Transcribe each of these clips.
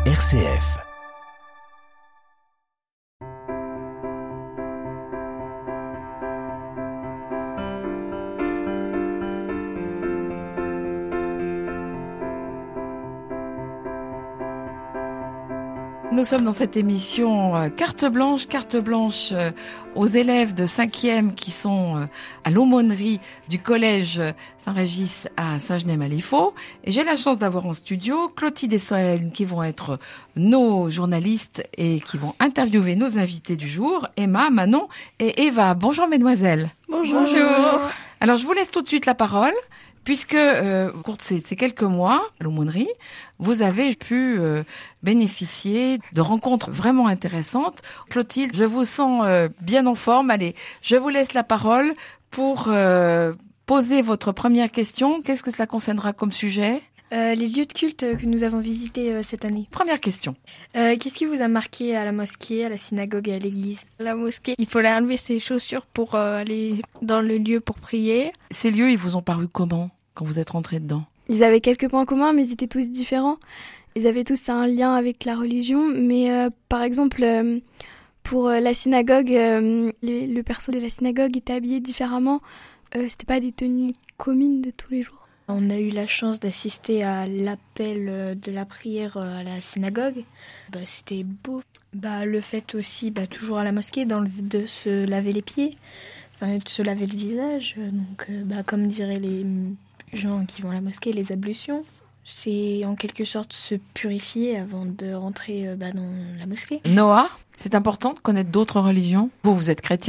RCF. Nous sommes dans cette émission carte blanche aux élèves de 5e qui sont à l'aumônerie du collège Saint-Régis à Saint-Genès-Malifaux. Et j'ai la chance d'avoir en studio Clotilde et Solène qui vont être nos journalistes et qui vont interviewer nos invités du jour, Emma, Manon et Eva. Bonjour mesdemoiselles. Bonjour. Alors je vous laisse tout de suite la parole. Puisque, au cours de ces quelques mois, à l'aumônerie, vous avez pu bénéficier de rencontres vraiment intéressantes. Clotilde, je vous sens bien en forme. Allez, je vous laisse la parole pour poser votre première question. Qu'est-ce que cela concernera comme sujet ? Les lieux de culte que nous avons visités cette année. Première question. Qu'est-ce qui vous a marqué à la mosquée, à la synagogue et à l'église ? La mosquée, il fallait enlever ses chaussures pour aller dans le lieu pour prier. Ces lieux, ils vous ont paru comment quand vous êtes rentrés dedans ? Ils avaient quelques points communs, mais ils étaient tous différents. Ils avaient tous un lien avec la religion, mais par exemple, pour la synagogue, le perso de la synagogue était habillé différemment. C'était pas des tenues communes de tous les jours. On a eu la chance d'assister à l'appel de la prière à la synagogue. C'était beau. Le fait aussi, toujours à la mosquée, de se laver les pieds, de se laver le visage. Donc, comme diraient les gens qui vont à la mosquée, les ablutions. C'est en quelque sorte se purifier avant de rentrer dans la mosquée. Noah, c'est important de connaître d'autres religions. Vous êtes chrétien ?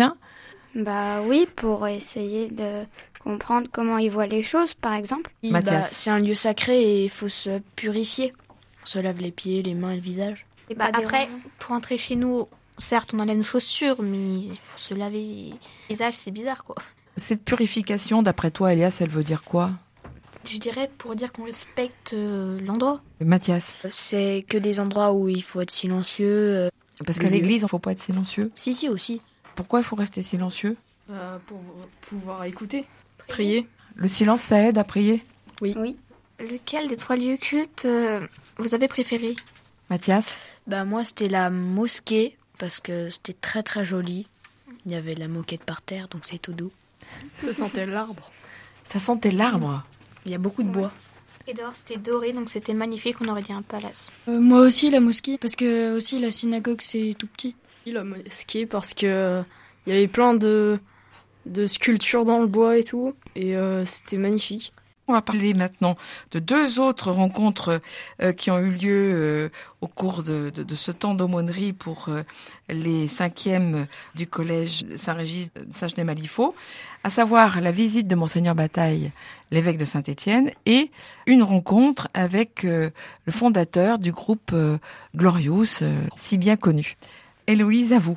Oui, pour essayer de comprendre comment ils voient les choses, par exemple. Mathias. C'est un lieu sacré et il faut se purifier. On se lave les pieds, les mains et le visage. Et après, pour entrer chez nous, certes, on enlève nos chaussures, mais il faut se laver le visage, c'est bizarre, quoi. Cette purification, d'après toi, Elias, elle veut dire quoi ? Je dirais pour dire qu'on respecte l'endroit. Mathias. C'est que des endroits où il faut être silencieux. Parce qu'à l'église, il ne faut pas être silencieux. Si, aussi. Pourquoi il faut rester silencieux ? Pour pouvoir écouter, prier. Le silence, ça aide à prier ? Oui. Lequel des 3 lieux cultes vous avez préféré ? Mathias ? Moi, c'était la mosquée, parce que c'était très très joli. Il y avait la moquette par terre, donc c'est tout doux. Ça sentait l'arbre. Ça sentait l'arbre. Il y a beaucoup de bois. Et dehors, c'était doré, donc c'était magnifique, on aurait dit un palace. Moi aussi, la mosquée, parce que aussi la synagogue, c'est tout petit. La mosquée, parce que il y avait plein de sculptures dans le bois et tout, et c'était magnifique. On va parler maintenant de 2 autres rencontres qui ont eu lieu au cours de ce temps d'aumônerie pour les 5e du collège Saint-Régis Saint-Genès-Malifaux, à savoir la visite de Monseigneur Bataille, l'évêque de Saint-Étienne, et une rencontre avec le fondateur du groupe Glorious, si bien connu. Héloïse, à vous.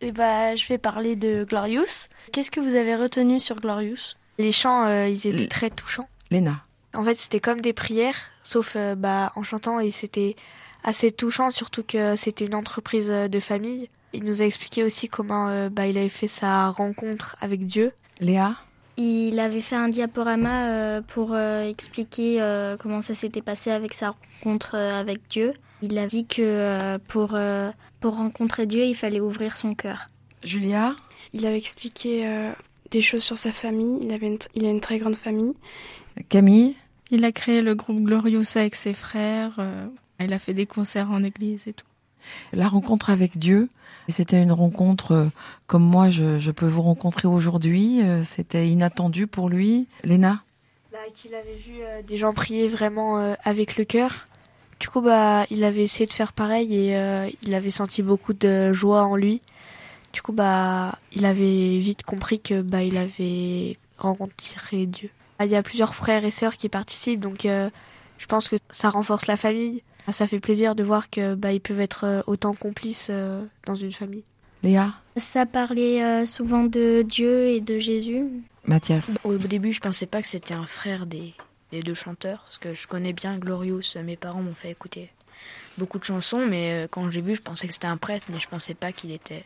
Je vais parler de Glorious. Qu'est-ce que vous avez retenu sur Glorious ? Les chants, ils étaient très touchants. Léna. En fait, c'était comme des prières, sauf en chantant, et c'était assez touchant, surtout que c'était une entreprise de famille. Il nous a expliqué aussi comment il avait fait sa rencontre avec Dieu. Léa. Il avait fait un diaporama pour expliquer comment ça s'était passé avec sa rencontre avec Dieu. Il a dit que pour rencontrer Dieu, il fallait ouvrir son cœur. Julia. Il avait expliqué des choses sur sa famille. Il a une très grande famille. Camille. Il a créé le groupe Glorious avec ses frères. Il a fait des concerts en église et tout. La rencontre avec Dieu, c'était une rencontre comme moi je peux vous rencontrer aujourd'hui. C'était inattendu pour lui. Léna. Qu'il avait vu des gens prier vraiment avec le cœur. Du coup, il avait essayé de faire pareil et il avait senti beaucoup de joie en lui. Du coup, il avait vite compris que il avait rencontré Dieu. Il y a plusieurs frères et sœurs qui participent, donc je pense que ça renforce la famille. Ça fait plaisir de voir que ils peuvent être autant complices dans une famille. Léa. Ça parlait souvent de Dieu et de Jésus. Mathias. Au début, je pensais pas que c'était un frère des 2 chanteurs, parce que je connais bien Glorious. Mes parents m'ont fait écouter beaucoup de chansons, mais quand j'ai vu, je pensais que c'était un prêtre, mais je pensais pas qu'il était...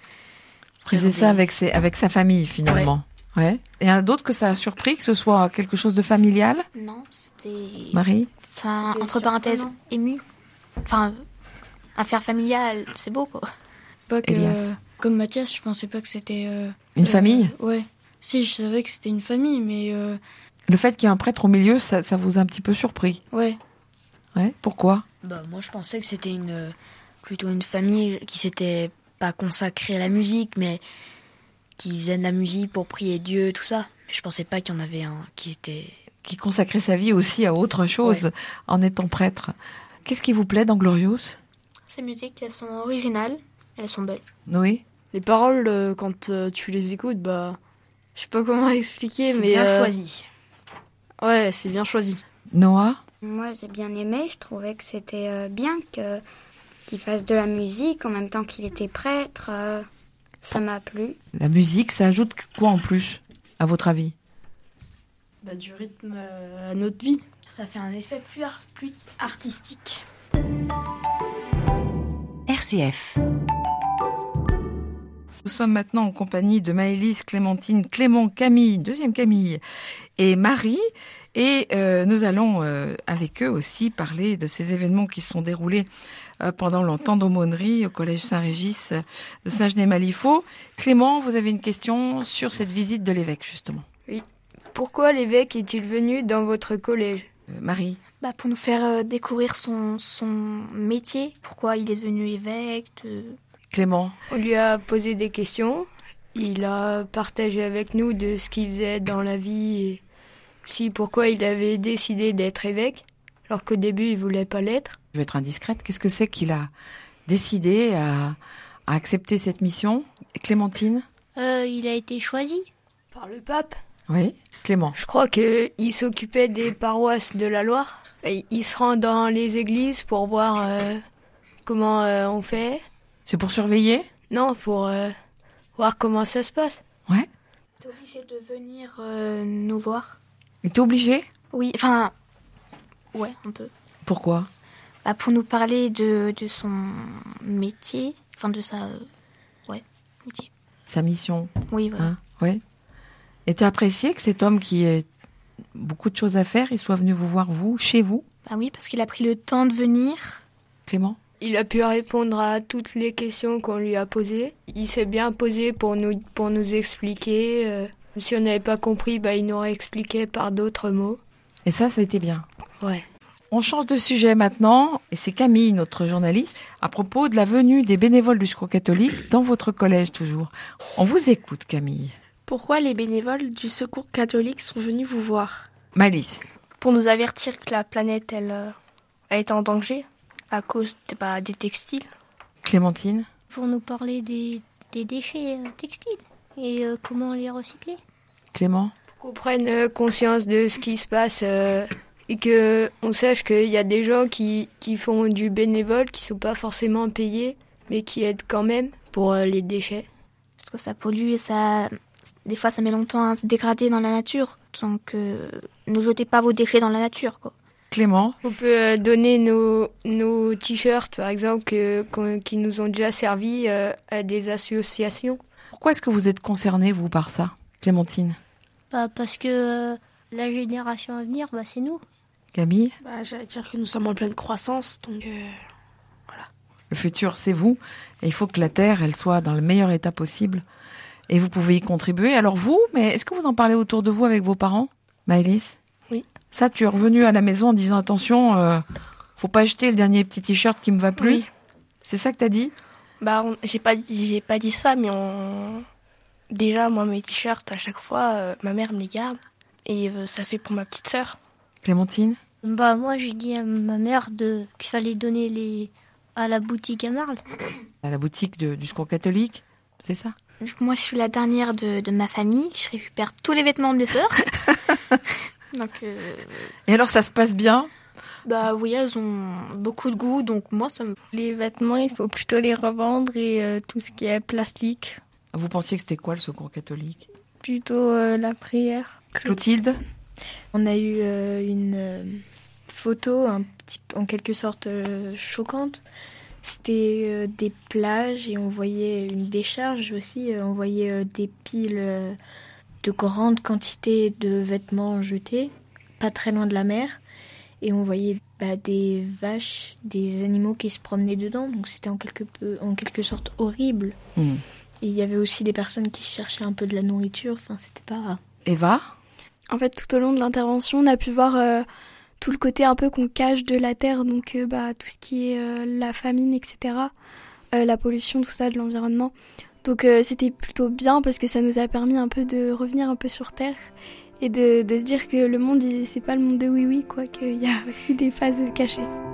Il faisait ça avec sa famille, finalement. Ouais. Et il y en a d'autres que ça a surpris, que ce soit quelque chose de familial ? Non, c'était... Marie ? Ça, entre parenthèses, ému. Enfin, affaire familiale, c'est beau, quoi. Pas que, Elias. comme Mathias, je pensais pas que c'était... Une famille ? Ouais. Si, je savais que c'était une famille, mais... Le fait qu'il y ait un prêtre au milieu, ça vous a un petit peu surpris ? Ouais. Ouais, pourquoi ? Moi, je pensais que c'était plutôt une famille qui s'était pas consacrée à la musique, mais qui faisait de la musique pour prier Dieu, tout ça. Mais je pensais pas qu'il y en avait un qui consacrait sa vie aussi à autre chose en étant prêtre. Qu'est-ce qui vous plaît dans Glorious ? Ces musiques, elles sont originales, elles sont belles. Noé ? Les paroles, quand tu les écoutes, je sais pas comment expliquer, c'est mais... bien choisi. Ouais, c'est bien choisi. Noah ? Moi, j'ai bien aimé. Je trouvais que c'était bien qu'il fasse de la musique en même temps qu'il était prêtre. Ça m'a plu. La musique, ça ajoute quoi en plus, à votre avis ? Du rythme à notre vie. Ça fait un effet plus artistique. RCF. Nous sommes maintenant en compagnie de Maëlys, Clémentine, Clément, Camille, deuxième Camille, et Marie. Et nous allons avec eux aussi parler de ces événements qui se sont déroulés pendant le temps d'aumônerie au collège Saint-Régis de Saint-Genès-Malifaux. Clément, vous avez une question sur cette visite de l'évêque, justement. Oui. Pourquoi l'évêque est-il venu dans votre collège ? Marie ? Pour nous faire découvrir son métier, pourquoi il est devenu évêque. Clément ? On lui a posé des questions. Il a partagé avec nous de ce qu'il faisait dans la vie et aussi pourquoi il avait décidé d'être évêque, alors qu'au début il voulait pas l'être. Je vais être indiscrète. Qu'est-ce que c'est qu'il a décidé à accepter cette mission ? Clémentine ? Il a été choisi par le pape. Oui, Clément. Je crois qu'il s'occupait des paroisses de la Loire. Et il se rend dans les églises pour voir comment on fait. C'est pour surveiller ? Non, pour voir comment ça se passe. Ouais. T'es obligé de venir nous voir. Il était obligé ? Oui, ouais, un peu. Pourquoi ? Pour nous parler de son métier, de sa... métier. Sa mission. Oui, voilà. Ouais. Et tu as apprécié que cet homme qui ait beaucoup de choses à faire, il soit venu vous voir, chez vous ? Oui, parce qu'il a pris le temps de venir. Clément ? Il a pu répondre à toutes les questions qu'on lui a posées. Il s'est bien posé pour nous expliquer. Si on n'avait pas compris, il nous réexpliquait par d'autres mots. Et ça a été bien. Ouais. On change de sujet maintenant, et c'est Camille, notre journaliste, à propos de la venue des bénévoles du Secours catholique dans votre collège toujours. On vous écoute, Camille. Pourquoi les bénévoles du Secours catholique sont venus vous voir ? Maëlys. Pour nous avertir que la planète, elle est en danger à cause des textiles. Clémentine. Pour nous parler des déchets textiles et comment les recycler. Clément. Pour qu'on prenne conscience de ce qui se passe et qu'on sache qu'il y a des gens qui font du bénévole, qui ne sont pas forcément payés, mais qui aident quand même pour les déchets. Parce que ça pollue et des fois ça met longtemps à se dégrader dans la nature. Donc ne jetez pas vos déchets dans la nature, quoi. Clément. On peut donner nos t-shirts, par exemple, qui nous ont déjà servi à des associations. Pourquoi est-ce que vous êtes concernée, vous, par ça, Clémentine ? Parce que la génération à venir, c'est nous. Camille ? J'allais dire que nous sommes en pleine croissance, donc voilà. Le futur, c'est vous. Et il faut que la Terre, elle soit dans le meilleur état possible. Et vous pouvez y contribuer. Alors vous, mais est-ce que vous en parlez autour de vous avec vos parents ? Maëlys ? Oui. Ça, tu es revenue à la maison en disant « Attention, faut pas acheter le dernier petit t-shirt qui me va plus. » Oui. C'est ça que t'as dit ? J'ai pas dit ça, mais déjà, moi, mes t-shirts, à chaque fois, ma mère me les garde. Et ça fait pour ma petite sœur. Clémentine ? Moi, j'ai dit à ma mère qu'il fallait donner à la boutique à Marle. À la boutique du Secours catholique, c'est ça ? Vu que moi, je suis la dernière de ma famille, je récupère tous les vêtements de mes sœurs. Donc, Et alors, ça se passe bien ? Oui, elles ont beaucoup de goût, donc moi, ça me... Les vêtements, il faut plutôt les revendre et tout ce qui est plastique. Vous pensiez que c'était quoi, le Secours catholique ? Plutôt la prière. Clotilde ? On a eu une photo en quelque sorte choquante. C'était des plages et on voyait une décharge aussi. On voyait des piles de grandes quantités de vêtements jetés, pas très loin de la mer. et on voyait des vaches, des animaux qui se promenaient dedans, donc c'était en quelque sorte horrible. Et il y avait aussi des personnes qui cherchaient un peu de la nourriture, enfin c'était pas... Eva ? En fait, tout au long de l'intervention, on a pu voir tout le côté un peu qu'on cache de la terre, donc tout ce qui est la famine, etc., la pollution, tout ça, de l'environnement. Donc c'était plutôt bien parce que ça nous a permis un peu de revenir un peu sur terre et de se dire que le monde, c'est pas le monde de oui-oui, quoi, qu'il y a aussi des phases cachées.